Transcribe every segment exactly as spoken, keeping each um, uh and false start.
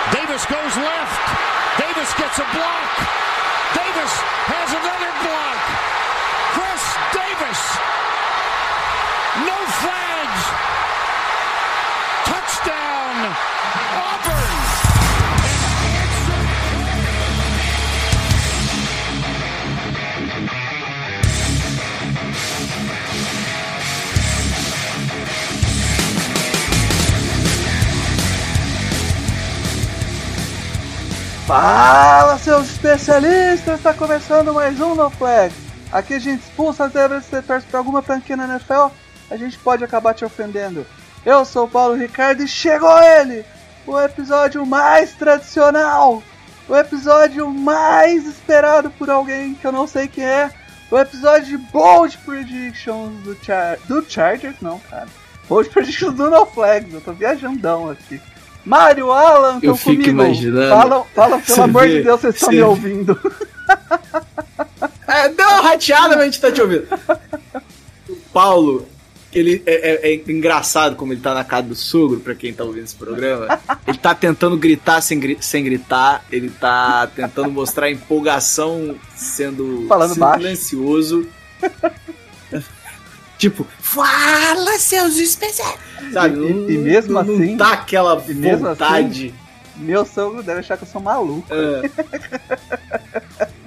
Davis goes left. Davis gets a block. Davis has another block. Chris Davis. No flags. Touchdown. Auburn. Fala, seus especialistas! Está começando mais um No Flag. Aqui a gente expulsa as zebras. Se você torce para alguma franquia na N F L, a gente pode acabar te ofendendo. Eu sou o Paulo Ricardo e chegou ele! O episódio mais tradicional! O episódio mais esperado por alguém que eu não sei quem é! O episódio de Bold Predictions do, Char- do Chargers? Não, cara. Bold Predictions do No Flags. Eu tô viajandão aqui. Mário, Alan, estão comigo. Imaginando. Fala, fala pelo amor vê, de Deus, vocês estão me ouvindo. É, deu uma rateada, mas a gente tá te ouvindo. O Paulo, ele é, é, é engraçado como ele tá na casa do sogro, pra quem tá ouvindo esse programa. Ele tá tentando gritar sem, gri- sem gritar, ele tá tentando mostrar empolgação sendo Falando silencioso. Tipo, fala, seus especiais! Sabe, E, não, e mesmo não, assim, não tá aquela e mesmo vontade. Assim, meu sogro deve achar que eu sou maluco. É.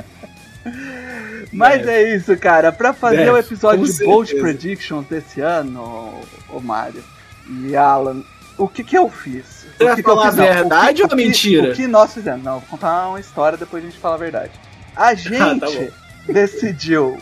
Mas é. é isso, cara. Pra fazer é, o episódio de Bold certeza. Predictions desse ano, ô Mário e Alan, o que que eu fiz? Você o vai que falar que eu fiz? a verdade o ou a que, mentira? O que nós fizemos? Não, vou contar uma história, depois a gente fala a verdade. A gente Ah, tá bom. decidiu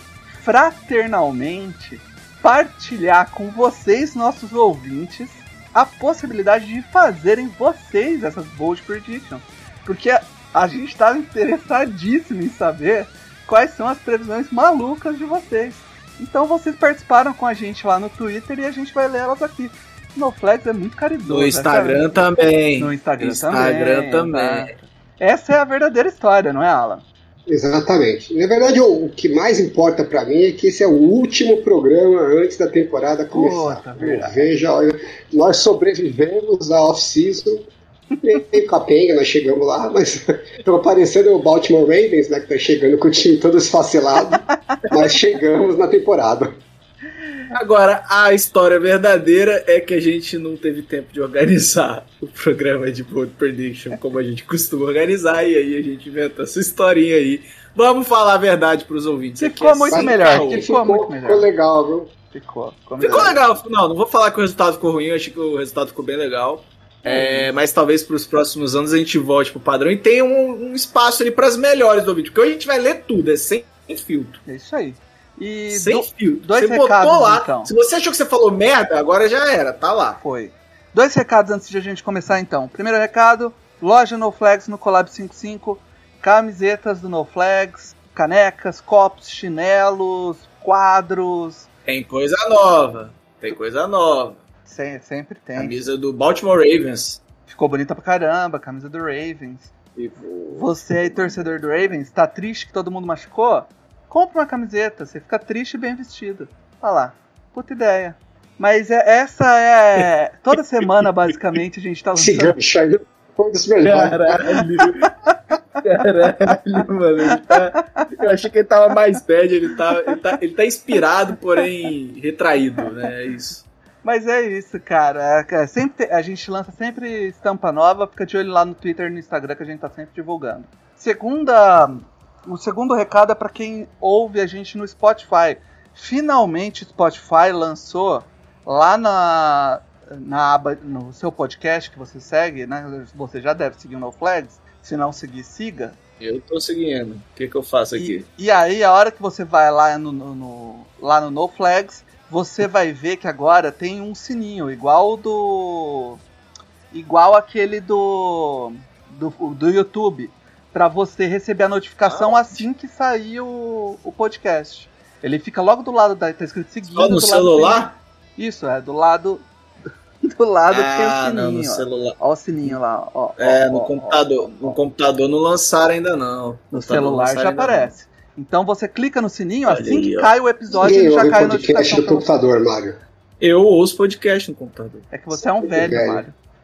fraternalmente partilhar com vocês, nossos ouvintes, a possibilidade de fazerem vocês essas Bold Predictions. Porque a, a gente estava interessadíssimo em saber quais são as previsões malucas de vocês. Então vocês participaram com a gente lá no Twitter e a gente vai ler elas aqui. No Flex é muito caridoso. No Instagram essa... também. No Instagram, Instagram também. também. Tá? Essa é a verdadeira história, não é, Alan? Exatamente. Na verdade, o, o que mais importa pra mim é que esse é o último programa antes da temporada começar. Puta, verdade. Veja, olha, nós sobrevivemos à off-season, meio capenga, nós chegamos lá, mas estão parecendo o Baltimore Ravens, né, que tá chegando com o time todo esfacelado, mas chegamos na temporada. Agora, a história verdadeira é que a gente não teve tempo de organizar o programa de Bold Prediction como a gente costuma organizar, e aí a gente inventou essa historinha aí. Vamos falar a verdade pros ouvintes. Ficou aqui, muito assim, melhor. ficou, Ficou, Ficou, muito melhor. ficou legal, viu? Ficou, ficou, ficou legal. Não, não vou falar que o resultado ficou ruim, eu achei que o resultado ficou bem legal. É, mas talvez para os próximos anos a gente volte pro padrão e tenha um, um espaço ali para as melhores do vídeo, porque hoje a gente vai ler tudo, é sem filtro. É isso aí. E Sem do, filtro. dois você recados, botou lá. então. Se você achou que você falou merda, agora já era, tá lá. Foi. Dois recados antes de a gente começar, então. Primeiro recado, loja No Flags no Collab cinquenta e cinco, camisetas do No Flags, canecas, copos, chinelos, quadros. Tem coisa nova, tem coisa nova. Sem, sempre tem. Camisa do Baltimore Ravens. Ficou bonita pra caramba, camisa do Ravens. E... Você aí, torcedor do Ravens, tá triste que todo mundo machucou? Compra uma camiseta, você fica triste e bem vestido. Olha lá, puta ideia. Mas é, essa é... Toda semana, basicamente, a gente tá Esse lançando... gancho aí foi um dos melhores. Caralho. Caralho, mano. Ele tá... Eu achei que ele tava mais bad, ele tá, ele, tá, ele tá inspirado, porém retraído, né? É isso. Mas é isso, cara. É, sempre te... A gente lança sempre estampa nova, fica de olho lá no Twitter e no Instagram que a gente tá sempre divulgando. Segunda... O segundo recado é para quem ouve a gente no Spotify. Finalmente o Spotify lançou lá na, na aba, no seu podcast que você segue, né? Você já deve seguir o No Flags. Se não seguir, siga. Eu tô seguindo. O que que eu faço aqui? E, e aí, a hora que você vai lá no, no, no, lá no No Flags, você vai ver que agora tem um sininho, igual do... Igual aquele do... Do, do YouTube. Pra você receber a notificação ah. assim que sair o, o podcast. Ele fica logo do lado da... Tá escrito seguindo. Só no do celular? Lado Isso, é. Do lado... Do lado ah, tem o sininho. Não, no ó. celular. Ó o sininho lá. Ó, é, ó, no ó, computador. Ó, ó, no computador não lançaram ainda não. No celular já aparece. Não. Então você clica no sininho, Olha assim aí, que ó. cai o episódio, Ninguém ele já ouve cai a podcast notificação. do computador, Mário. Eu ouço podcast no computador. É que você é um velho, velho. Mário.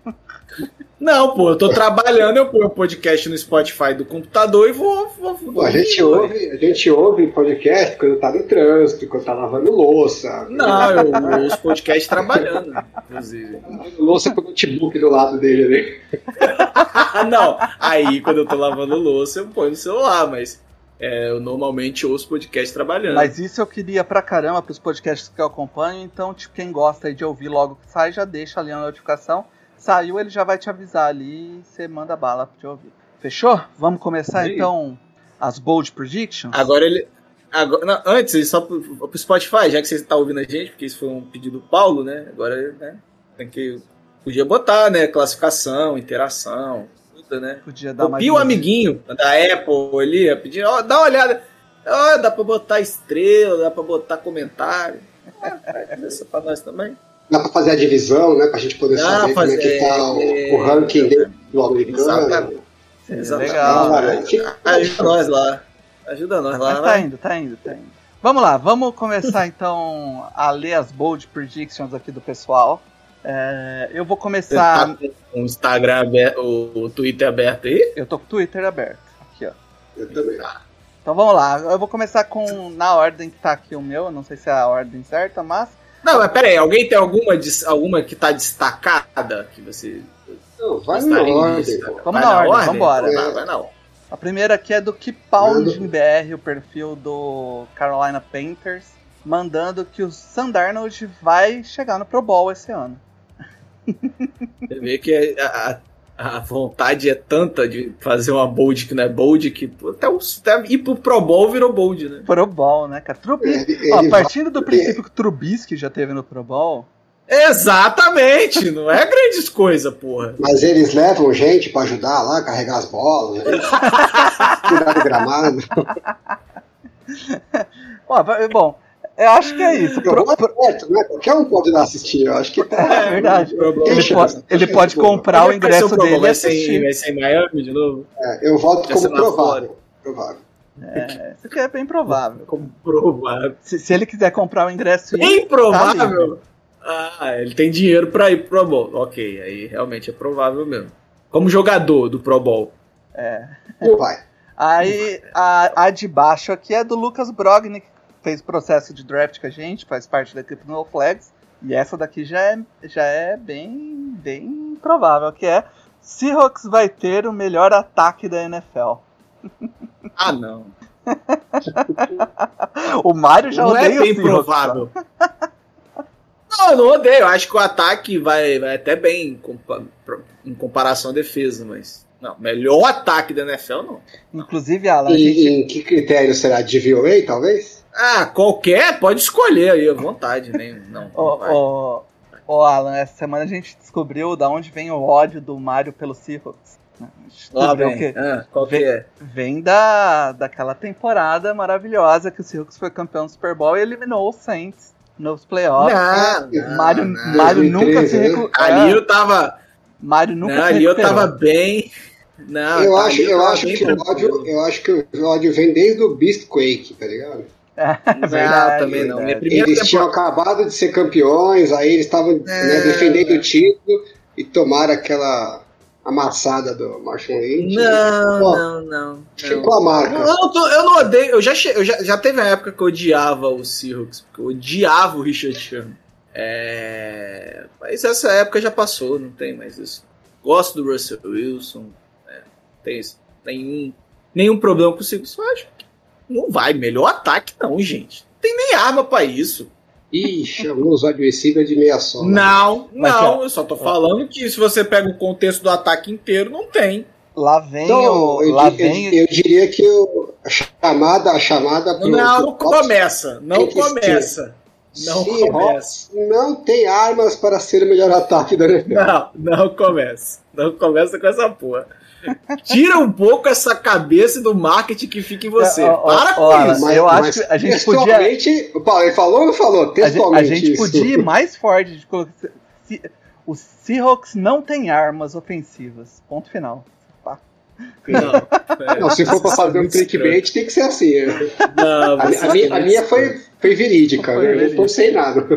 Não, pô, eu tô trabalhando, eu ponho o podcast no Spotify do computador e vou... vou, vou Pô, a, gente ouve, a gente ouve podcast quando tá no trânsito, quando tá lavando louça. Não, eu ouço podcast trabalhando, inclusive. Louça com o notebook do lado dele, né? Não, aí quando eu tô lavando louça eu ponho no celular, mas é, eu normalmente ouço podcast trabalhando. Mas isso eu queria pra caramba pros podcasts que eu acompanho, então tipo, quem gosta aí de ouvir logo que sai, já deixa ali a notificação. Saiu, ele já vai te avisar ali e você manda bala pra te ouvir. Fechou? Vamos começar Sim. então as Bold Predictions? Agora ele... Agora, não, antes, só pro, pro Spotify, já que você tá ouvindo a gente, porque isso foi um pedido do Paulo, né? Agora, né, tem que... Podia botar, né? Classificação, interação, tudo, né? Podia dar mais... Copia o amiguinho da Apple ali, pedir, ó, dá uma olhada. Ó, dá pra botar estrela, dá pra botar comentário. É, faz isso pra nós também. Dá pra fazer a divisão, né? Pra gente poder Dá saber como é que fazer, tá o, é, o ranking dele do americano. Exatamente. É, Exatamente. legal. Ajuda nós lá. Ajuda nós lá. Mas tá indo, tá indo, tá indo. Vamos lá, vamos começar então a ler as Bold Predictions aqui do pessoal. É, eu vou começar... Você tá com o Instagram aberto, o Twitter aberto aí? Eu tô com o Twitter aberto. Aqui, ó. Eu também. Então vamos lá, eu vou começar com na ordem que tá aqui o meu, não sei se é a ordem certa, mas... Não, mas pera aí, alguém tem alguma, alguma que tá destacada? Que você... Não, vai na gostaria de ordem. destacar? Vamos Vai na ordem, ordem? vambora. Vai, vai não. A primeira aqui é do Kipaulo Manda. Jim B R, o perfil do Carolina Panthers, mandando que o Sam Darnold vai chegar no Pro Bowl esse ano. Você vê que a, a, a vontade é tanta de fazer uma bold que não é bold que até, o, até ir pro Pro Bowl virou bold, né? Pro Bowl, né, cara? Trubisky, Ele- ó, ele partindo do vai- princípio que o Trubisky já teve no Pro Bowl, Exatamente! Não é grandes coisa, porra. Mas eles levam gente pra ajudar lá, carregar as bolas, né? Cuidar do gramado. ó, vai- bom, eu acho que é isso. Pro- Pro, pro- perto, né? Qualquer um pode ir lá assistir. Eu acho que tá. É verdade. Pro Bowl. Ele Tem pode, chance. ele pode comprar o Onde é que vai ser ingresso Pro Bowl? dele e Vai ser, em, assistir. vai ser em Miami de novo? É, eu voto Vai ser como lá provável. Provável. É, isso aqui é bem provável. Como provável. Se, se ele quiser comprar o ingresso e ir, tá Improvável? Ah, ele tem dinheiro pra ir pro Pro Bowl. Ok, aí realmente é provável mesmo. Como jogador do Pro Bowl. É. Vai. Aí a, a de baixo aqui é do Lucas Brogni, que fez processo de draft com a gente, faz parte da equipe No Flags. E essa daqui já é, já é bem, bem provável, que é Seahawks vai ter o melhor ataque da N F L. Ah, não. O Mário já Não odeia é o bem Seahawks, provável. Não, eu não odeio. Eu acho que o ataque vai, vai até bem em, compa- em comparação à defesa, mas... Não, melhor ataque da N F L, não. tá? Inclusive, Alan, a E gente... em que critério será? De V O A, talvez? Ah, qualquer, pode escolher aí, à vontade. Nem, não, não Ô, vai. ô, ô, Alan, essa semana a gente descobriu da onde vem o ódio do Mário pelo Seahawks. A gente Lá descobriu vem. que Ah, qual que Vem- é? vem da, daquela temporada maravilhosa que o Seahawks foi campeão do Super Bowl e eliminou o Saints nos playoffs. Não, não, Mário, não. Mário nunca se dois mil e treze, né? recu... Ali é, eu tava... Mário nunca Não, se ali eu recuperou. tava bem... Não, eu, ali acho, eu, tava acho bem que o tranquilo. ódio, eu acho que o ódio vem desde o Beastquake, tá ligado? É, Não, verdade, também não. Minha verdade. primeira Eles tinham temporada... acabado de ser campeões, aí eles estavam né, defendendo o título e tomaram aquela amassada do Marshall Lynch. Não, Pô, não, não. Ficou a marca. Eu não, tô- eu não odeio, eu já, che- eu já, já teve uma época que eu odiava o Seahawks, porque eu odiava o Richard Sherman. É, mas essa época já passou, não tem mais isso. Gosto do Russell Wilson, é, tem isso, nenhum, nenhum problema com o Seahawks. Eu acho que não vai, melhor ataque não, gente. Não tem nem arma pra isso. Ih, chamou os wide receiver de meia sola. Não, Mas, não, ó, eu só tô falando que se você pega o contexto do ataque inteiro, não tem. Lá vem Então, o... eu, Lá di- vem... eu, eu diria que o, a chamada, a chamada pro, Não, pro não Cops começa, não tem que começa. Não Seahawks começa. não tem armas para ser o melhor ataque da N F L. Não, não começa. Não começa com essa porra. Tira um pouco essa cabeça do marketing que fica em você. Ó, ó, Para ó, com Alan, isso. Mas eu acho que a gente podia- textualmente, o Paulo, ele falou ou não falou? A gente, a Textualmente gente isso. podia ir mais forte de colocar... Se- o Seahawks não tem armas ofensivas. Ponto final. Pá. Não, é, Não, se for pra isso é fazer um muito clickbait, tem que ser assim. né? estranho. Não, A, você a minha, a é minha foi, foi verídica, Foi né? Eu não verídica. tô sem nada.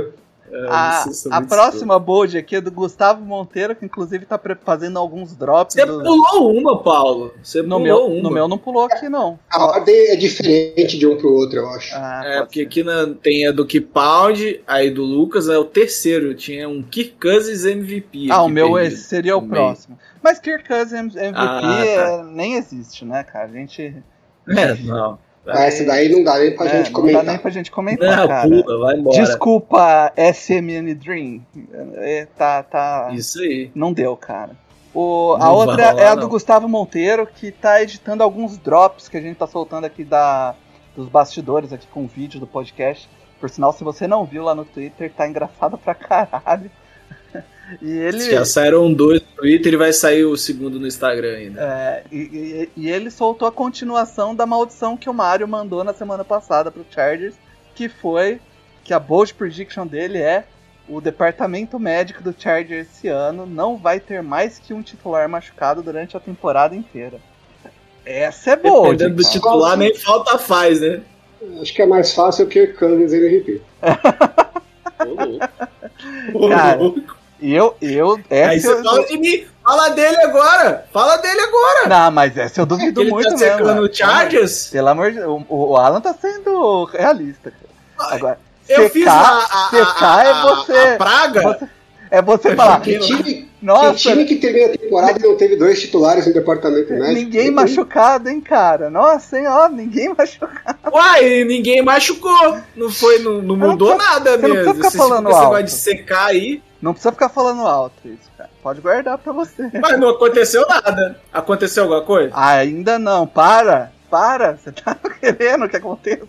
A, a próxima bold aqui é do Gustavo Monteiro, que inclusive tá fazendo alguns drops. Você do... pulou uma, Paulo. Você no pulou meu, uma. No meu não pulou aqui, não. A ordem é diferente de um pro outro, eu acho. Ah, é, porque ser. Aqui na, tem a do Kipaldi, aí do Lucas, é o terceiro. Tinha um Kirk Cousins M V P. Ah, o meu seria o próximo. Mas Kirk Cousins M V P ah, tá. é, nem existe, né, cara? A gente... É, não. Ah, essa daí não dá nem pra é, gente comentar. Não dá nem pra gente comentar, não, cara. Pula, vai embora. Desculpa, S M N Dream. É, tá, tá... Isso aí. Não deu, cara. O, a outra rolar, é a do não. Gustavo Monteiro, que tá editando alguns drops que a gente tá soltando aqui da, dos bastidores, aqui com o vídeo do podcast. Por sinal, se você não viu lá no Twitter, tá engraçado pra caralho. E ele... Já saíram dois no Twitter e vai sair o segundo no Instagram ainda. É, e, e, e ele soltou a continuação da maldição que o Mário mandou na semana passada pro Chargers, que foi que a bold prediction dele é: o departamento médico do Chargers esse ano não vai ter mais que um titular machucado durante a temporada inteira. Essa é bold. Dependendo do titular, nem falta faz, né? Acho que é mais fácil que o Cousins M V P. Ô, louco. Cara, E eu, eu, essa Aí você eu... fala de mim, fala dele agora, fala dele agora. Não, mas essa eu duvido ele muito tá mesmo. Ele o Chargers? Pelo amor de Deus, o, o Alan tá sendo realista. Cara. Agora, eu secar, fiz a, a, secar a, é você, a praga. Você, é você falar. Que time, nossa, que time que teve a temporada e não teve dois titulares no departamento médico? Ninguém machucado, hein, cara? Nossa, hein, ó, ninguém machucado. Uai, ninguém machucou. Não foi, não, não mudou não precisa, nada você mesmo. Não precisa ficar esse, falando esse alto. negócio de secar aí. Não precisa ficar falando alto isso, cara. Pode guardar pra você. Mas não aconteceu nada. Aconteceu alguma coisa? Ainda não. Para. Para. Você tá querendo que aconteça.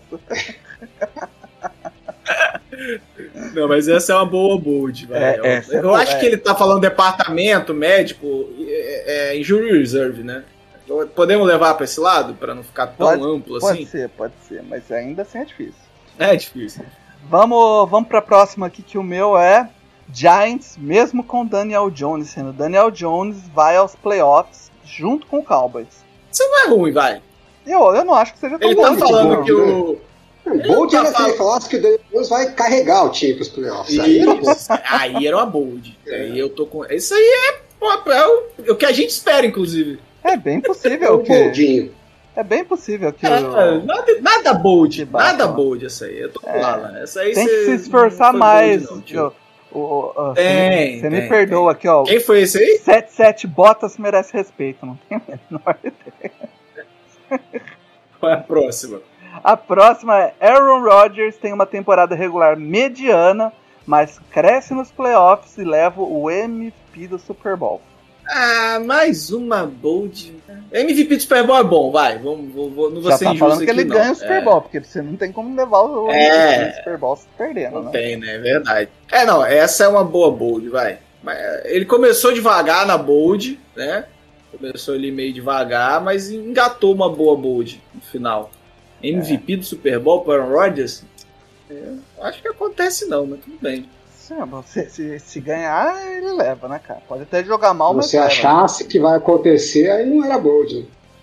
Não, mas essa é uma boa bold. É, eu eu é acho é. que ele tá falando departamento médico, é, é injury reserve, né? Podemos levar pra esse lado? Pra não ficar tão pode, amplo pode assim? Pode ser, pode ser. Mas ainda assim é difícil. É difícil. Vamos, vamos pra próxima aqui, que o meu é Giants, mesmo com Daniel Jones sendo Daniel Jones, vai aos playoffs junto com o Cowboys. Isso não é ruim, vai. Eu, eu não acho que seja tão Ele bom. tá falando bom, que o... Bold tá era se falando... ele falasse que o Daniel Jones vai carregar o time pros playoffs. Aí era, aí era uma bold. É. Aí eu tô com... Isso aí é, é o, o que a gente espera, inclusive. É bem possível é um que... boldinho. É bem possível que... É, o... nada, nada bold, que baixa, nada ó. bold essa aí. Eu tô com É. ela. Essa aí Tem cê que se esforçar não foi mais. bold, não, tio. Tio. O, o, o, Tem, Você me tem, perdoa tem. aqui, ó. Quem foi esse aí? sete sete Bottas merece respeito, não tem a menor ideia. Qual é a próxima? A próxima é Aaron Rodgers tem uma temporada regular mediana, mas cresce nos playoffs e leva o M V P do Super Bowl. Ah, mais uma bold. M V P do Super Bowl é bom, vai. Vamos, vou, vou, não vou Já ser tá injusto falando que aqui, ele não. ganha o Super É. Bowl, porque você não tem como levar o É. M V P do Super Bowl se perdendo, Não né? tem, né? É verdade. É, não, essa é uma boa bold, vai. Mas, ele começou devagar na bold, né? Começou ali meio devagar, mas engatou uma boa bold no final. M V P é. do Super Bowl para Aaron Rodgers? Eu acho que acontece não, mas tudo bem. Sim, se, se, se ganhar, ele leva, né, cara? Pode até jogar mal, Se mas você leva, achasse né? que vai acontecer, aí não era bold.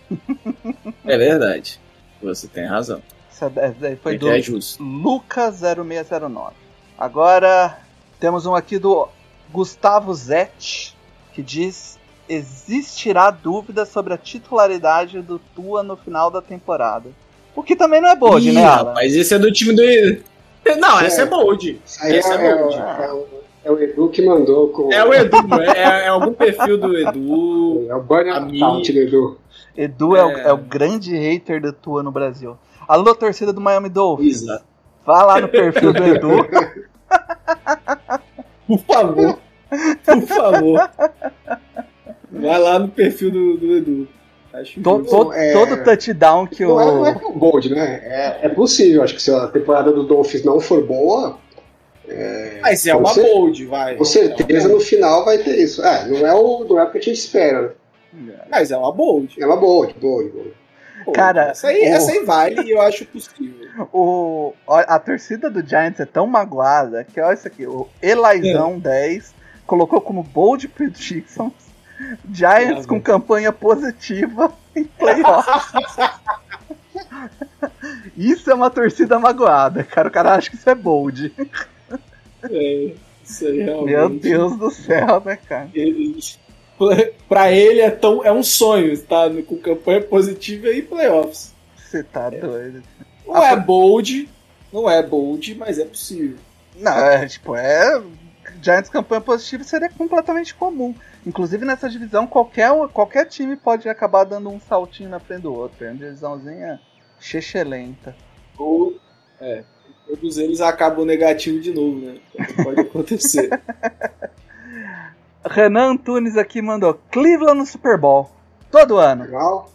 É verdade. Você tem razão. Essa daí foi É do é justo. Lucas zero seis zero nove. Agora temos um aqui do Gustavo Zete, que diz: existirá dúvida sobre a titularidade do Tua no final da temporada. O que também não é bold, Ih, né, Alan? Mas esse é do time do... Não, essa é, é bold. Isso aí Essa é, é é, bold. é, o, é o Edu que mandou. Com... É o Edu, é, é algum perfil do Edu. É o banner account do Edu. Edu é. É, o, É. é o grande hater do Tua no Brasil. Alô, torcida do Miami Dolphins. Exato. Vá lá no perfil do Edu. Por favor. Por favor. Vai lá no perfil do, do Edu. Acho To- justo. to- é- Todo touchdown que Não é, não o. é que é bold, né? É, é possível. Acho que se a temporada do Dolphins não for boa, Mas é com uma cer- bold, vai. com certeza no final vai ter isso. É, não é o, não é o que a gente espera, né? Mas é uma bold. É uma bold, bold, bold. Pô, Cara, essa aí, o- essa aí vale e eu acho possível. O, ó, a torcida do Giants é tão magoada que olha isso aqui, o Elizão dez colocou como bold predictions Giants É, com velho. campanha positiva em playoffs. Isso é uma torcida magoada, cara. O cara acha que isso é bold. É, isso aí realmente. Meu Deus do céu, né, cara? Ele, pra ele é, tão, é um sonho estar com campanha positiva e playoffs. Você tá é. doido. Não é bold, não é bold, mas é possível. Não, é tipo, é... Giants campanha positiva seria completamente comum. Inclusive nessa divisão, qualquer, qualquer time pode acabar dando um saltinho na frente do outro. É uma divisãozinha chechelenta. Ou, é, todos eles acabam negativo de novo, né? Pode acontecer. Renan Antunes aqui mandou Cleveland no Super Bowl. Todo ano. Legal.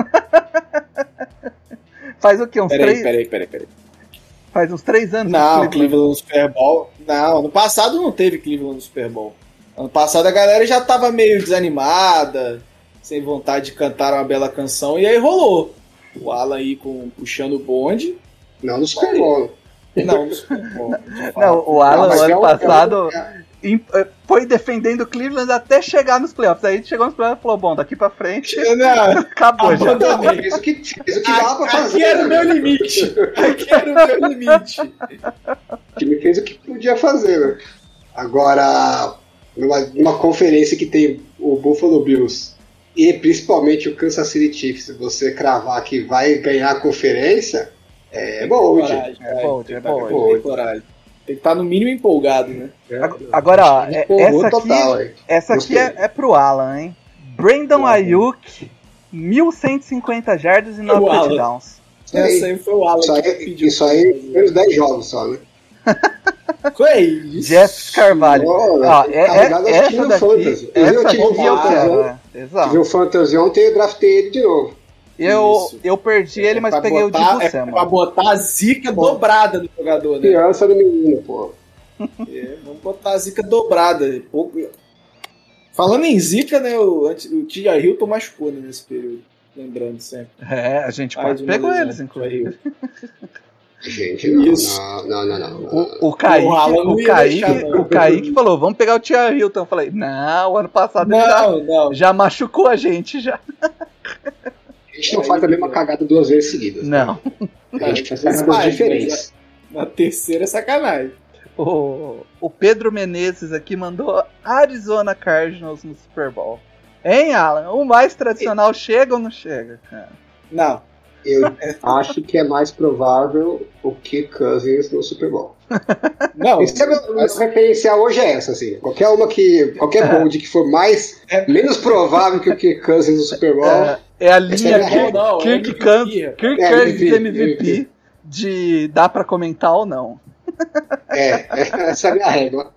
Faz o quê? Uns peraí, três... Peraí, peraí, peraí. Faz uns três anos. Não, Cleveland no Super Bowl. Não, ano passado não teve Cleveland no Super Bowl. Ano passado a galera já tava meio desanimada, sem vontade de cantar uma bela canção, e aí rolou. O Alan aí com, puxando o bonde. Não no Super Bowl. Não, no Super Bowl. Não, o Alan Não, no ano é um, passado é um... foi defendendo o Cleveland até chegar nos playoffs. Aí chegou nos playoffs e falou, bom, daqui pra frente não, acabou já. Fez o que, fez o que dava pra fazer. Aqui era o meu limite. Aqui era o meu limite. O time fez o que podia fazer, né? Agora, numa, numa conferência que tem o Buffalo Bills e principalmente o Kansas City Chiefs, você cravar que vai ganhar a conferência, é bold. Coragem, É bold, é bold. bold. Tem coragem. Tem que estar no mínimo empolgado, né? Agora, ó, é- essa aqui, total, hein? essa aqui é, é pro Alan, hein? Brandon Ayuk, mil cento e cinquenta jardas e nove Alan. touchdowns. Essa aí foi o Alan Isso que aí, pediu. isso aí foi uns dez jogos só, né? Foi isso. Jeff Carvalho. Oh, Ó, é, é, carregado essa time no daqui, Fantasy. Eu essa tive um aqui eu Fantasy quero. ontem. É, exato. Tive o Fantasy ontem e eu draftei ele de novo. Eu, Isso. eu perdi ele, mas Pra peguei botar, o Dibu é Samuel. pra botar a zica dobrada do jogador, né? Criança do menino, pô. É, vamos botar a zica dobrada. Pouco... Falando em zica, né? O, o T J Hilton machucou, né, nesse período. Lembrando sempre. É, a gente Mais quase uma pegou lesão, eles, inclusive. Gente, não, Isso. não, não, não, não, não. O, o Kaique, O Alan não o ia Kaique, deixar, não. o Kaique falou, vamos pegar o Tia Hilton. Eu falei, não, ano passado ele já, Não, não. já machucou a gente, já. A gente não faz a mesma cagada duas vezes seguidas. Não. A gente faz Faz, coisas diferentes. Na terceira é sacanagem. O, o Pedro Menezes aqui mandou Arizona Cardinals no Super Bowl. Hein, Alan? O mais tradicional chega ou não chega, cara? Não. Eu acho que é mais provável o Kirk Cousins no Super Bowl. Não. Isso é meu, meu referencial hoje é essa, assim. Qualquer uma que. Qualquer bold que for mais. Menos provável que o Kirk Cousins no Super Bowl. É, é a linha Essa é Kirk, não, Kirk, é M V P, Cousins- Kirk é Cousins M V P, M V P de dá pra comentar ou não. É, essa é a minha régua.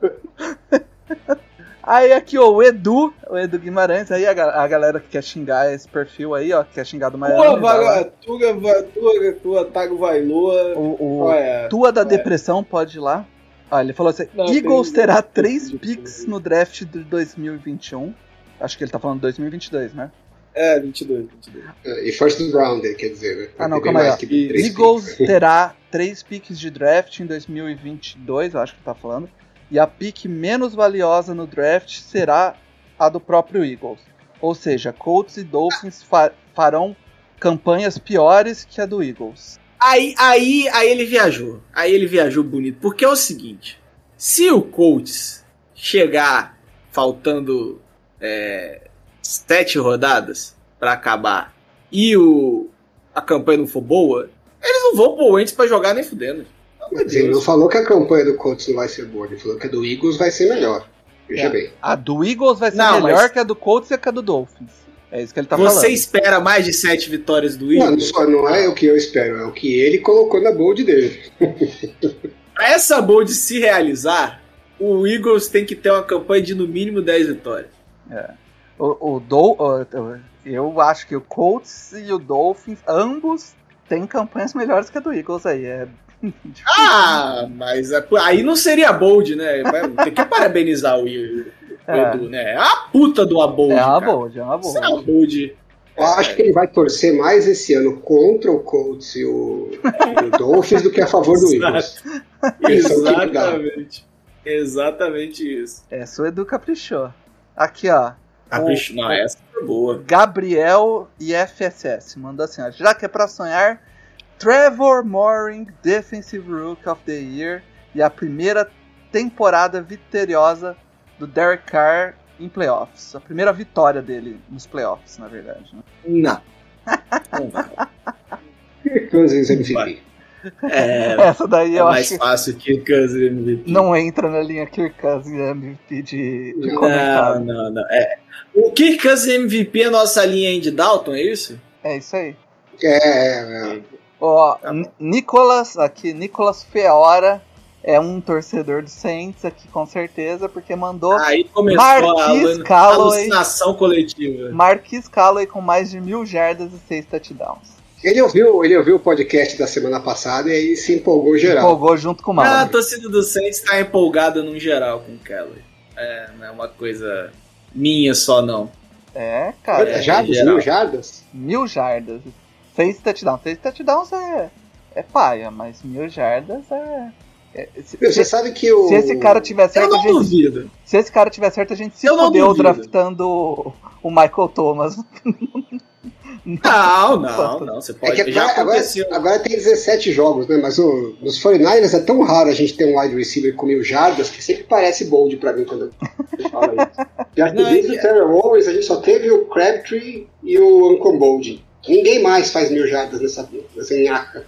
Aí aqui, ó, o Edu, o Edu Guimarães, aí a, ga- a galera que quer xingar esse perfil aí, ó, que quer xingar do Miami. Tua, vai lá. vaga, tuga, va- tua, tua, Tago Vailoa. O, o Qual é? Tua da Qual é? Depressão pode ir lá. Ó, ele falou assim, Não, Eagles tem- terá tem- três tem- picks no draft de dois mil e vinte e um. Acho que ele tá falando dois mil e vinte e dois, né? É, vinte e dois, vinte e dois. E first round, quer dizer, né? Ah, não, Tem calma aí, mais ó. que três Eagles picks. terá três picks de draft em dois mil e vinte e dois, eu acho que ele tá falando. E a pick menos valiosa no draft será a do próprio Eagles. Ou seja, Colts e Dolphins fa- farão campanhas piores que a do Eagles. Aí, aí, aí ele viajou. Aí ele viajou bonito. Porque é o seguinte: se o Colts chegar faltando é, sete rodadas pra acabar e o, a campanha não for boa, eles não vão pôr o Wentz pra jogar nem fudendo. Pelo amor de Mas ele não Deus. falou que a campanha do Colts não vai ser boa, ele falou que a do Eagles vai ser melhor. Veja É. bem. A do Eagles vai ser Não, melhor mas- que a do Colts e que a do Dolphins. É isso que ele tá Você falando. espera mais de sete vitórias do Não, Eagles? só não é o que eu espero, é o que ele colocou na bold dele. Pra essa bold se realizar, o Eagles tem que ter uma campanha de no mínimo dez vitórias. O, o Dol- o- eu acho que o Colts e o Dolphins, ambos, têm campanhas melhores que a do Eagles aí. É Ah, mas é- aí não seria bold, né? Vai- Tem que parabenizar o, o É. Edu, né? É a puta do bold. É uma cara. bold, é uma Isso é uma bold. bold. Eu acho que ele vai torcer mais esse ano contra o Colts e o, e o Dolphins do que a favor do Eagles. Esse é o que dá. Exatamente. Exatamente isso. Essa o Edu caprichou. Aqui, ó. Capricho. O- Não, essa foi boa. Gabriel e F S S mandou assim, ó. Já que é pra sonhar, Trevor Moring, Defensive Rookie of the Year, e a primeira temporada vitoriosa do Derek Carr em playoffs. A primeira vitória dele nos playoffs, na verdade. Né? Não. Não vai. Kirk Cousins M V P. É, Essa daí é eu mais acho fácil que Kirk Cousins M V P. que não entra na linha Kirk Cousins M V P de, de Não, comentário. não, não. É. O Kirk Cousins M V P é nossa linha Andy Dalton, é isso? É isso aí. É, é, Ó, Tá N- Nicolas, aqui, Nicolas Feora é um torcedor do Saints aqui com certeza, porque mandou Aí começou Marquise a Callaway. alucinação coletiva. Marquise Callaway com mais de mil jardas e seis touchdowns. ele, ouviu, ele ouviu o podcast da semana passada e aí se empolgou geral. Empolgou junto com o Ah, a Mauro. torcida do Saints tá empolgada num geral com o Kelly. É, não é uma coisa minha só, não. É, cara, Quantas é, jardas? geral. Mil jardas? mil jardas. Seis touchdowns. Seis touchdowns é, é paia, mas mil jardas é... é se, Meu, Você se, sabe que o... se esse cara tiver Eu certo, a não gente... duvido. Se esse cara tiver certo, a gente se Eu não fudeu duvido. draftando o, o Michael Thomas. Não, não, não. Você É pode. que Já agora, agora, aconteceu. agora tem dezessete jogos, né? Mas o, nos quarenta e nine ers é tão raro a gente ter um wide receiver com mil jardas que sempre parece bold pra mim quando eu falo isso. Já que Não, desde é- o Terrell Owens a gente só teve o Crabtree e o Uncle Bold. Ninguém mais faz mil jardas nessa, nessa nhaca.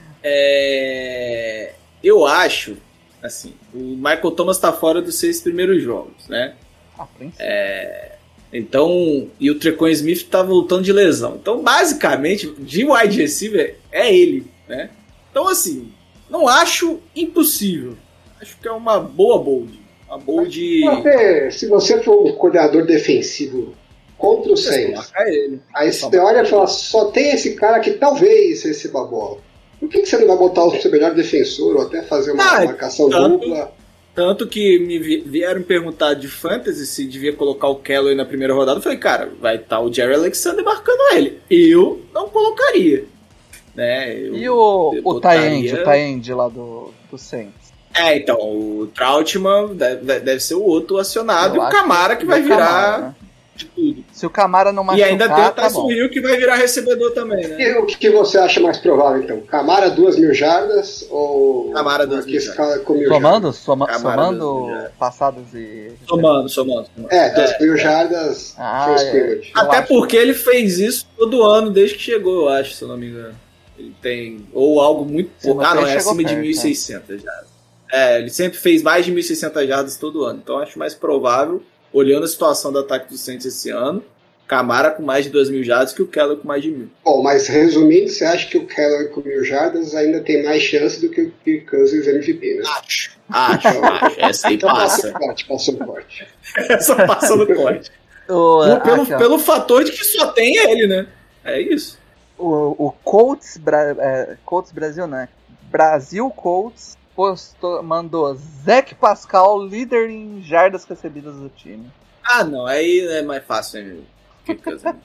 É, eu acho, assim, o Michael Thomas tá fora dos seis primeiros jogos, né? A princípio. Então, e o Tre'Quan Smith tá voltando de lesão. Então, basicamente, de wide receiver é ele, né? Então, assim, não acho impossível. Acho que é uma boa bold. Uma bold. Você, se você for um coordenador defensivo contra o Saints, É ele. aí você olha e fala, só tem esse cara que talvez receba a bola. Por que, que você não vai botar o seu melhor defensor ou até fazer uma Ah, marcação tanto- dupla? Tanto que me vi- vieram perguntar de fantasy se devia colocar o Callaway na primeira rodada. Eu falei, cara, vai estar o Jerry Alexander marcando ele. Eu não colocaria. Né? Eu E o, o botaria- Tyend, o Tyend lá do, do Saints? É, então, o Trautmann deve, deve ser o outro acionado Eu e o acho Camara que vai o virar Camara, né? de tudo. Se o Camara não E machucar, ainda tem o tá Tyson bom. Hill que vai virar recebedor também, né? E o que você acha mais provável, então? Camara duas mil jardas ou Camara duas mil Marquise Callaway com mil Somando, soma, Camara somando mesmo, já. passadas e... Somando, somando. somando. jardas? É, duas mil jardas Ah, from é. scrimmage. Eu Até acho. porque ele fez isso todo ano desde que chegou, eu acho, se eu não me engano. Ele tem. Ou algo muito Se não pouco. Ah, não, fez, é chegou acima de perto, mil e seiscentas jardas. É, ele sempre fez mais de mil e seiscentas jardas todo ano. Então acho mais provável, olhando a situação do ataque do Saints esse ano, Camara com mais de duas mil jardas que o Keller com mais de mil. Bom, mas resumindo, você acha que o Callaway com mil jardas ainda tem mais chance do que o Kirk Cousins M V P, né? Acho, acho, acho. Essa aí Então passou passa. forte, passou forte. Essa passa no corte. O, Pelo, pelo, aqui, ó. pelo fator de que só tem ele, né? É isso. O, o Colts, Bra- é, Colts Brasil, né? Brasil Colts postou, mandou Zach Pascal, líder em jardas recebidas do time. Ah, não. Aí é mais fácil, hein, meu? Que coisa.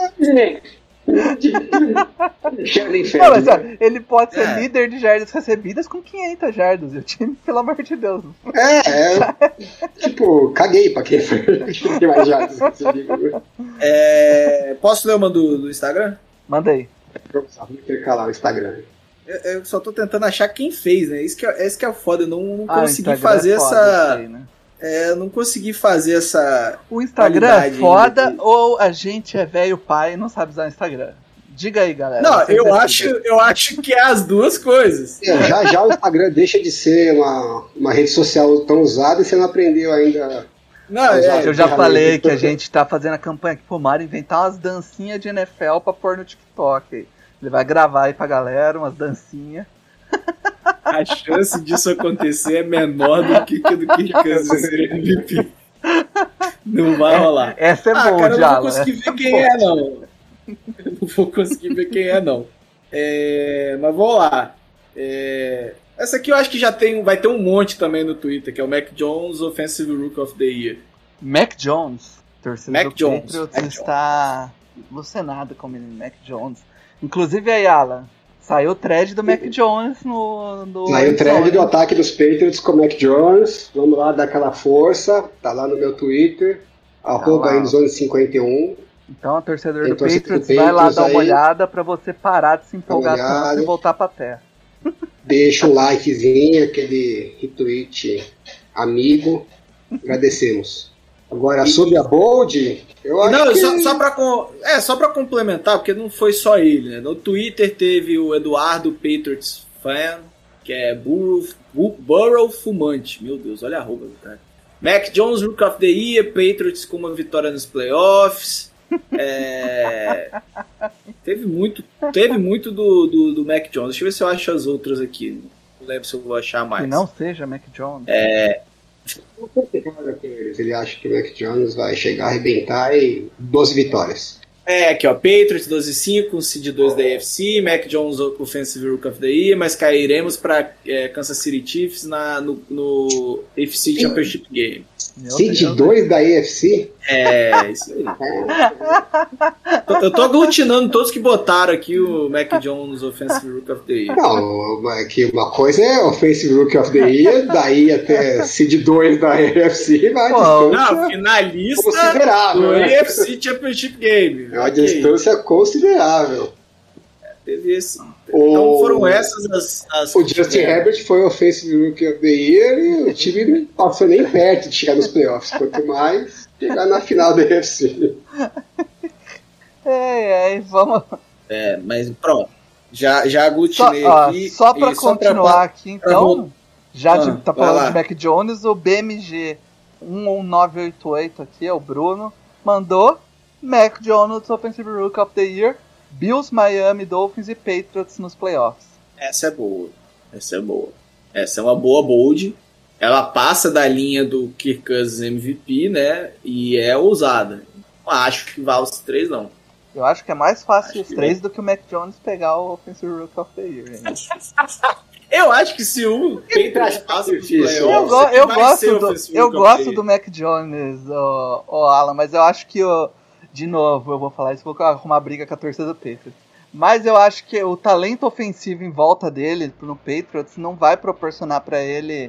Cheiro Não, do inferno. mas, ó, ele pode ser É. líder de jardas recebidas com quinhentas jardas. E o time, pelo amor de Deus. É, é. Tipo, caguei pra quem foi. Quem mais jardas recebido. É, posso ler uma do, do Instagram? Mandei. Vamos intercalar o Instagram. Eu, eu só tô tentando achar quem fez, né? Isso que é, esse que é o foda. Eu não, não Ah, o consegui Instagram fazer é foda, essa. isso aí, né? É, eu não consegui fazer essa. O Instagram é qualidade foda ainda. ou a gente é velho pai e não sabe usar o Instagram? Diga aí, galera. Não, Vocês eu decidem. acho, eu acho que é as duas coisas. É, já já o Instagram deixa de ser uma, uma rede social tão usada e você não aprendeu ainda. Não, Exato. é, Eu já ferramenta. falei que a gente tá fazendo a campanha aqui pro Mário inventar umas dancinhas de N F L pra pôr no TikTok. aí. Ele vai gravar aí pra galera umas dancinhas. a chance disso acontecer é menor do que do que Kansas ser M V P. Não vai rolar. Essa é ah, boa, cara, eu não Jala. vou conseguir essa ver quem boa. é, não. Eu não vou conseguir ver quem é, não. É, mas vamos lá. É, essa aqui eu acho que já tem, vai ter um monte também no Twitter, que é o Mac Jones Offensive Rookie of the Year. Mac Jones, torcedor Mac do Jones, Patriots, Mac está alucinado com o menino Mac Jones. Inclusive aí, Alan, saiu o thread do Mac Jones no... no Saiu o thread do ataque dos Patriots com o Mac Jones. Vamos lá dar aquela força. Tá lá no meu Twitter. Arroba lá. Endzone cinquenta e um. Então, a torcedor Tem do torcedor do Patriots vai lá Patriots dar uma aí. olhada pra você parar de se empolgar Dá com uma isso olhada. e voltar pra terra. deixa um likezinho, aquele retweet amigo. Agradecemos. Agora, sobre a Bold, eu acho não, que... Só, só pra, é, só pra complementar, porque não foi só ele, né? No Twitter teve o Eduardo Patriots Fan, que é Burrow, Burrow Fumante. Meu Deus, olha a roupa do cara. Mac Jones, Rook of the Year, Patriots com uma vitória nos playoffs. É... teve muito, teve muito do, do, do Mac Jones. Deixa eu ver se eu acho as outras aqui. Não lembro se eu vou achar mais. Que não seja Mac Jones. É... Ele acha que o Mac Jones vai chegar, arrebentar e doze vitórias. É, aqui ó, Patriots doze a cinco, seed dois da A F C, Mac Jones Offensive Rookie of the Year, mas cairemos para é, Kansas City Chiefs na, no, no A F C Championship Game. seed dois da A F C? É, isso aí. Eu tô aglutinando todos que botaram aqui o Mac Jones Offensive Rookie of the Year. Não, aqui uma coisa é Offensive Rookie of the Year, daí até seed dois da A F C vai Pô, não, finalista considerável, do né? A F C Championship Game. É uma okay. distância considerável. É, teve esse. Então o... foram essas as. as o Justin Herbert foi Offensive Rookie of the Year e o time não passou nem perto de chegar nos playoffs, quanto mais chegar na final da A F C. É, é, vamos. É, mas pronto. Já, já aglutinei só, ó, aqui. Só pra continuar só pra, aqui, então. Pra... Já ah, de, tá falando de Mac Jones, o B M G um um nove oito oito aqui, é o Bruno, mandou Mac Jones Offensive Rookie of the Year, Bills, Miami Dolphins e Patriots nos playoffs. Essa é boa. Essa é boa. Essa é uma boa bold. Ela passa da linha do Kirk Cousins M V P, né? E é ousada. Não acho que vá os três, não. Eu acho que é mais fácil acho os três é. do que o Mac Jones pegar o Offensive Rookie of the Year. Eu acho que se o Patriots passa os playoffs, eu, go eu gosto, do, eu gosto do Mac Jones, o, o Alan, mas eu acho que o de novo, eu vou falar isso, vou arrumar briga com a torcida do Patriots. Mas eu acho que o talento ofensivo em volta dele, no Patriots, não vai proporcionar para ele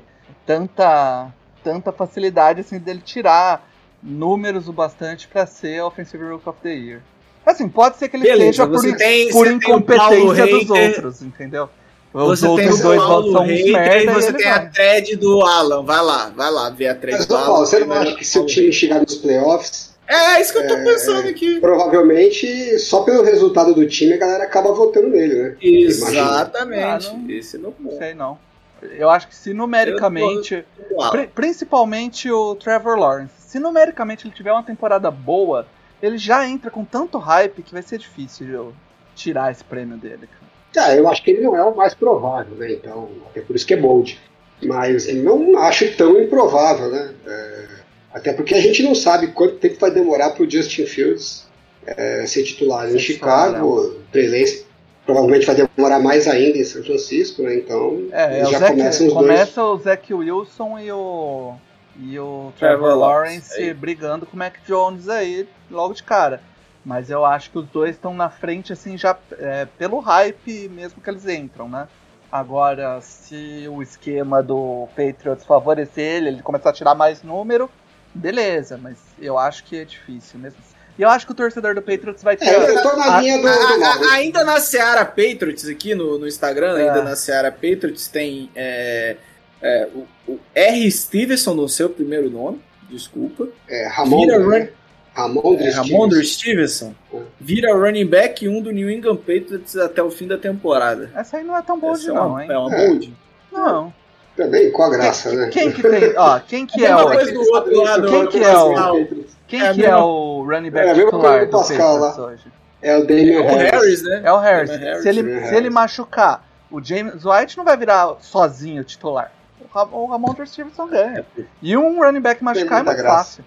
tanta, tanta facilidade assim dele tirar números o bastante para ser Offensive Rookie of the Year. Assim, pode ser que ele Beleza, seja por, tem, por incompetência dos Hater, outros, entendeu? Os você outros tem o dois Paulo são uns merda e você tem vai. a thread do Alan. Vai lá, vai lá ver a thread Mas, do Alan. Paulo, você não acha que se o time chegar nos playoffs... É, é isso que eu tô é, pensando aqui. Provavelmente, só pelo resultado do time, a galera acaba votando nele, né? Exatamente. Ah, não, Esse não, não sei, não. Eu acho que se numericamente... Pri principalmente o Trevor Lawrence. Se numericamente ele tiver uma temporada boa, ele já entra com tanto hype que vai ser difícil eu tirar esse prêmio dele, cara. Ah, eu acho que ele não é o mais provável, né? Então, é por isso que é bold. Mas eu não acho tão improvável, né? É, até porque a gente não sabe quanto tempo vai demorar para o Justin Fields é, ser titular em Chicago. O Trey Lance provavelmente vai demorar mais ainda em São Francisco, né? Então, é, já Zach, começam os começa dois. o Zach Wilson e o, e o Trevor, Trevor Lawrence aí, brigando com o Mac Jones aí logo de cara. Mas eu acho que os dois estão na frente, assim, já é, pelo hype mesmo que eles entram, né? Agora, se o esquema do Patriots favorecer ele, ele começar a tirar mais número, beleza, mas eu acho que é difícil mesmo. E eu acho que o torcedor do Patriots vai ter... É, eu tô na linha do, do a, a, ainda na Seara Patriots, aqui no, no Instagram, é. ainda na Seara Patriots, tem é, é, o, o R. Stevenson no seu primeiro nome, desculpa. É, Ramon... Vira run... Ramondre é, Ramondre Stevenson é. vira running back um do New England Patriots até o fim da temporada. Essa aí não é tão bold Essa não, é uma, hein? É uma é. bold? Não. Também, qual a graça, quem, né? Quem que tem... Ó, quem que é, é o... Do outro lado, quem que é o... Quem é que é o running back é, titular do Pascal, Patriots hoje? É o Damian é Harris. Harris, né? É o Harris. Harris. Se, ele, se ele machucar, o James White não vai virar sozinho titular. O Ramondre Stevenson ganha. E um running back machucar é mais graça. fácil.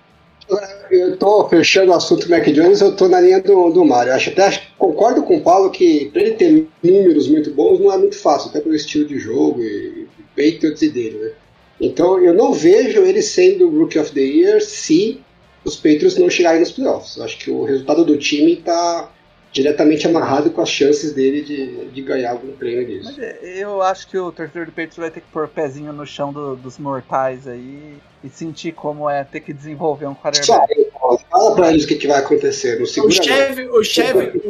Eu tô fechando o assunto Mac Jones, eu tô na linha do, do Mário. Acho até acho, concordo com o Paulo que pra ele ter números muito bons não é muito fácil, até pelo estilo de jogo e Patriots e dele, né? Então eu não vejo ele sendo o Rookie of the Year se os Patriots não chegarem nos playoffs. Eu acho que o resultado do time tá diretamente amarrado com as chances dele de, de ganhar algum prêmio disso. Mas eu acho que o torcedor do Patriots vai ter que pôr o pezinho no chão do, dos mortais aí e sentir como é ter que desenvolver um quarterback. Fala pra eles o que, que vai acontecer. Não segura o Chevy, o Chevy, o,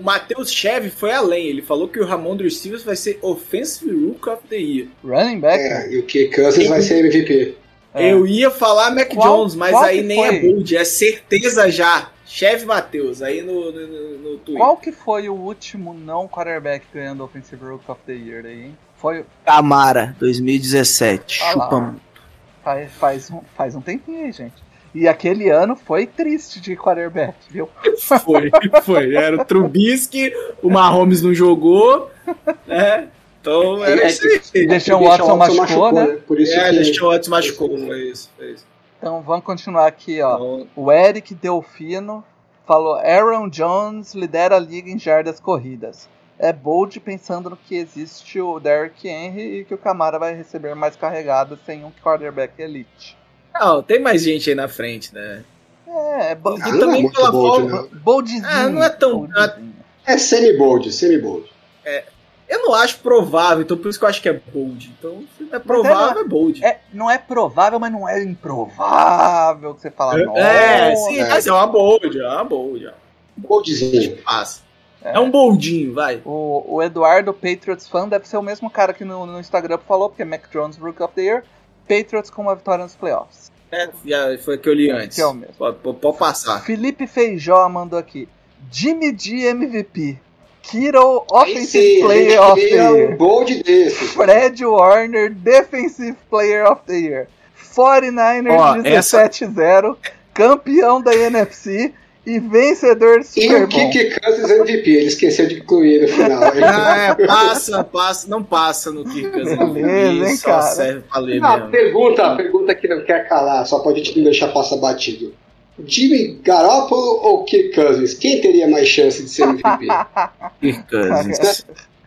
o Matheus Cheve foi além. Ele falou que o Ramondre Stevenson vai ser Offensive Rookie of the Year. Running back? É, e o Kirk Cousins vai ser M V P. É. Eu ia falar Mac Qual, Jones, mas aí nem foi? É bold, é certeza já. Cheve Matheus, aí no, no, no, no Twitter. Qual que foi o último não quarterback ganhando Offensive Rookie of the Year aí, hein? Foi Camara, dois mil e dezessete. Ah Chupa muito. Faz, faz, um, faz um tempinho aí, gente. E aquele ano foi triste de quarterback, viu? Foi, foi. Era o Trubisky, o Mahomes não jogou, né? Então era é, isso aí. Deixou o Watson machucou, machucou, né? Por isso é, que... deixou o Watson machucou, foi isso, foi isso. Então vamos continuar aqui, ó. Então... O Eric Delfino falou: Aaron Jones lidera a liga em jardas corridas. É bold pensando no que existe o Derrick Henry e que o Camara vai receber mais carregadas sem um quarterback elite. Não, tem mais gente aí na frente, né? É, é bold. Ah, não também é muito pela bold, forma, boldzinho. Ah, não é tão... Boldzinho. É semi-bold, semi-bold. É... Eu não acho provável, então por isso que eu acho que é bold. Então, se não é provável, é, é bold. É, não é provável, mas não é improvável que você fala. É, nossa, é sim, é. Mas é uma bold, é uma bold. É. Boldzinho. Passa. É. é um boldinho, vai. O, o Eduardo, Patriots fan, deve ser o mesmo cara que no, no Instagram falou, porque é Mac Jones, Rookie of the Year, Patriots com uma vitória nos playoffs. É, já foi o que eu li antes. Que é o mesmo. Pode, pode passar. Felipe Feijó mandou aqui: Jimmy G M V P. Kittle, Offensive sim, Player of the Year. Um bold desse. Fred Warner, Defensive Player of the Year. forty-niners dezessete a zero, essa... campeão da N F C e vencedor do Super Bowl. E o Kirk Cousins M V P, ele esqueceu de incluir no final. Ah, é, passa, passa, não passa no Kirk Cousins M V P. Beleza, hein, só cara? serve pra ler não, mesmo. Pergunta, pergunta que não quer calar, só pra gente não deixar passar batido. Jimmy Garoppolo ou Kirk Cousins? Quem teria mais chance de ser M V P? Kirk Cousins.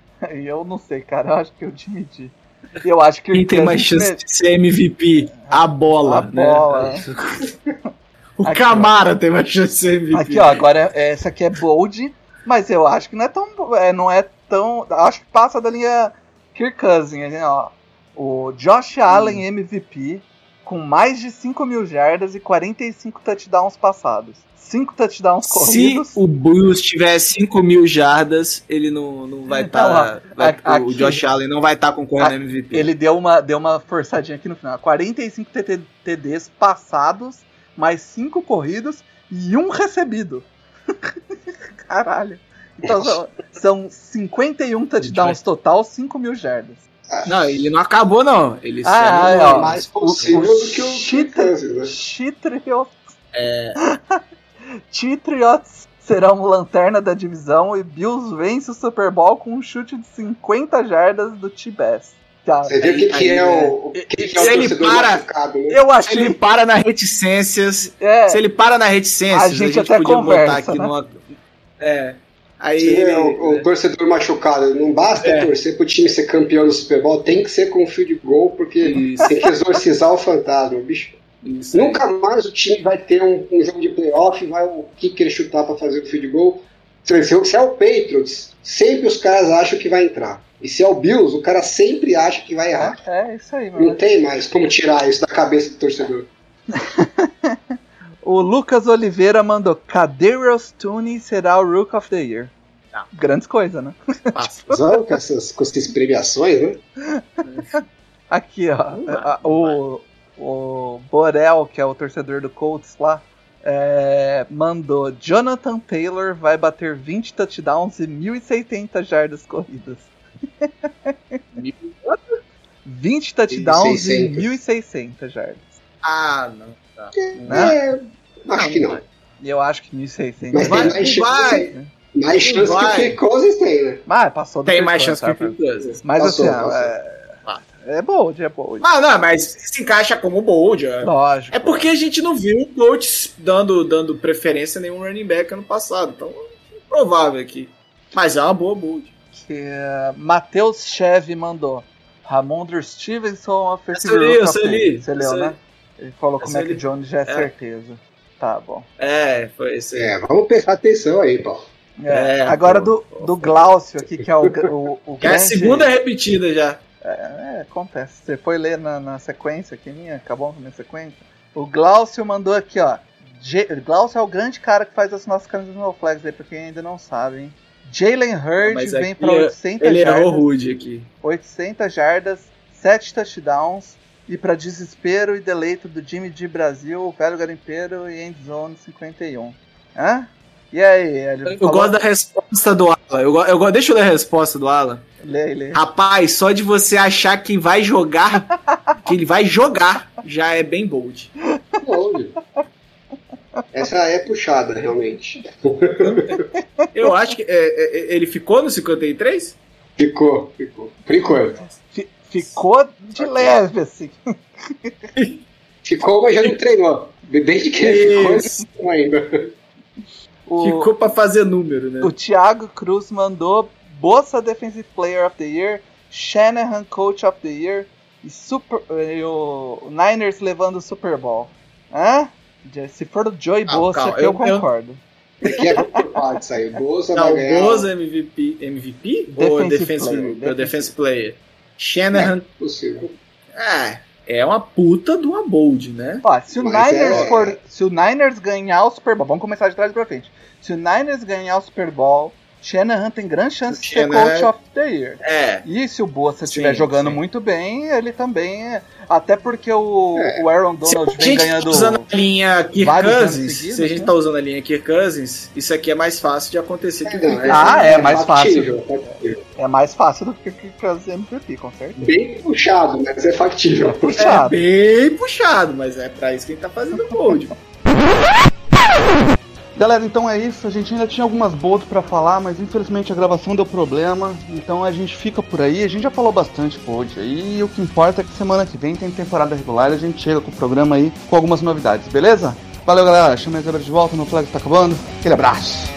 Eu não sei, cara. Eu acho que o Jimmy G. Eu acho que Quem tem mais chance me... de ser M V P? A bola. A né? bola. O aqui, Camara ó. tem mais chance de ser M V P. Aqui, ó. Agora, essa aqui é bold, mas eu acho que não é tão... É, não é tão... Acho que passa da linha Kirk Cousins, né, ó. O Josh Allen hum. M V P... com mais de cinco mil jardas e quarenta e cinco touchdowns passados. cinco touchdowns corridos. Se o Bulls tiver cinco mil jardas, ele não, não vai estar... Tá, o Josh Allen não vai estar tá concorrendo a M V P. Ele deu uma, deu uma forçadinha aqui no final. quarenta e cinco T Ds passados, mais cinco corridos e um recebido. Caralho. Então são, são cinquenta e um touchdowns total, cinco mil jardas. Não, ele não acabou, não. Ele ah, é ó, mais possível o, o do que o Chitriots. É. Chitriots serão lanterna da divisão e Bills vence o Super Bowl com um chute de cinquenta jardas do T-Bass. Tá. Você vê o que, que é o, que que é o ele para, machucado, né? Eu acho se ele que... para na reticências. É, se ele para na reticências, a gente, a gente até podia conversa, botar aqui né? numa. É. Aí Sim, ele, é, o, né? o torcedor machucado, não basta É. torcer pro time ser campeão do Super Bowl, tem que ser com field goal, porque Isso. tem que exorcizar o fantasma, bicho. Isso Nunca aí. mais o time vai ter um, um jogo de playoff, vai o kicker chutar pra fazer o field goal. Se, se é o Patriots, sempre os caras acham que vai entrar. E se é o Bills, o cara sempre acha que vai errar. É, é isso aí, mano. Não tem mais como tirar isso da cabeça do torcedor. O Lucas Oliveira mandou: Kadarius Toney será o Rook of the Year. Não. Grandes coisas, né? Só com essas, com essas premiações, né? Aqui, ó. a, o, o Borel, que é o torcedor do Colts lá, é, mandou: Jonathan Taylor vai bater vinte touchdowns e mil e setenta jardas corridas. vinte touchdowns e mil e seiscentas jardas. Ah, não. Tá. Né? É, acho que não. Eu acho que mil e seiscentas. Mas Vai, tem mais vai. chance, mais chance Vai. que o Kirk Cousins tem, né? Mas passou do Tem Kirk mais chance Cousins, que o tá? Kirk Cousins. Mas Passou, assim, passou. é, é bold, é bold. Ah, não, mas se encaixa como bold. É, Lógico. é porque a gente não viu o coach dando, dando preferência a nenhum running back ano passado. Então, é improvável aqui. Mas é uma boa bold. Que uh, Matheus Cheve mandou: Ramondre Stevenson, offensive Essa eu li, rookie essa of eu the li, year. Você essa leu, eu né? Ele falou que o Essa eu Mac li. Jones já é, É. certeza. Tá bom. É, foi isso aí. É, vamos prestar atenção aí, Paulo. É, É, agora pô, do, pô, do Glaucio aqui, que é o, o, o Que é a grande... segunda repetida já. É, é, acontece. Você foi ler na, na sequência aqui minha? Acabou com a minha sequência? O Glaucio mandou aqui, ó. G... Glaucio é o grande cara que faz as nossas camisas no Flags aí, pra quem ainda não sabe, hein? Jalen Hurd Mas vem aqui para oitocentas ele jardas. errou rude aqui. oitocentas jardas, sete touchdowns. E para desespero e deleito do Jimmy de Brasil, o velho garimpeiro e endzone cinquenta e um. Hã? E aí? Ele Eu falou... gosto da resposta do Alan. Eu, go- eu, go- deixa eu ler a resposta do Alan. Lê, lê. Rapaz, só de você achar que vai jogar, que ele vai jogar, já é bem bold. Olha. Essa é puxada, realmente. Eu acho que é, é, ele ficou no cinquenta e três? Ficou, ficou. Por enquanto. F- ficou de leve, assim. Ficou, mas já não treinou. Desde que ele ficou, ele não ficou ainda. O, Ficou pra fazer número, né? o Thiago Cruz mandou Bosa Defensive Player of the Year, Shanahan Coach of the Year e, super, e o Niners levando o Super Bowl. Hã? Se for o Joey Ah, Bosa, calma, que eu, eu- concordo. Aqui é por partes aí. Bosa Não, vai o ganhar. Boza M V P, M V P ou Defensive Defensive, player, ou defensive Player? Shanahan, Possível. é, é uma puta de uma bold, né? Ó, se o Mas Niners é- for, se o Niners ganhar o Super Bowl, vamos começar de trás pra frente. Se o Niners ganhar o Super Bowl, Shanahan tem grande chance de ser Shanahan- Coach of the Year. É, E se o Bosa estiver Sim, jogando sim. muito bem, ele também é. Até porque o, É. o Aaron se Donald a vem gente tá ganhando. usando a linha Kirk vários anos Cousins, seguidos, se a gente né? tá usando a linha Kirk Cousins, isso aqui é mais fácil de acontecer que o Não, Kirk. Ah, é mais factível, factível. É mais fácil do que o M V P, com certeza. Bem puxado, mas é factível. É Puxado. bem puxado, mas é pra isso que a gente tá fazendo o bold. Galera, então é isso. A gente ainda tinha algumas bolds pra falar, mas infelizmente a gravação deu problema. Então a gente fica por aí. A gente já falou bastante bold aí. E o que importa é que semana que vem tem temporada regular e a gente chega com o programa aí com algumas novidades, beleza? Valeu, galera. Chama a Zebra de volta. Meu flag tá acabando. Aquele abraço.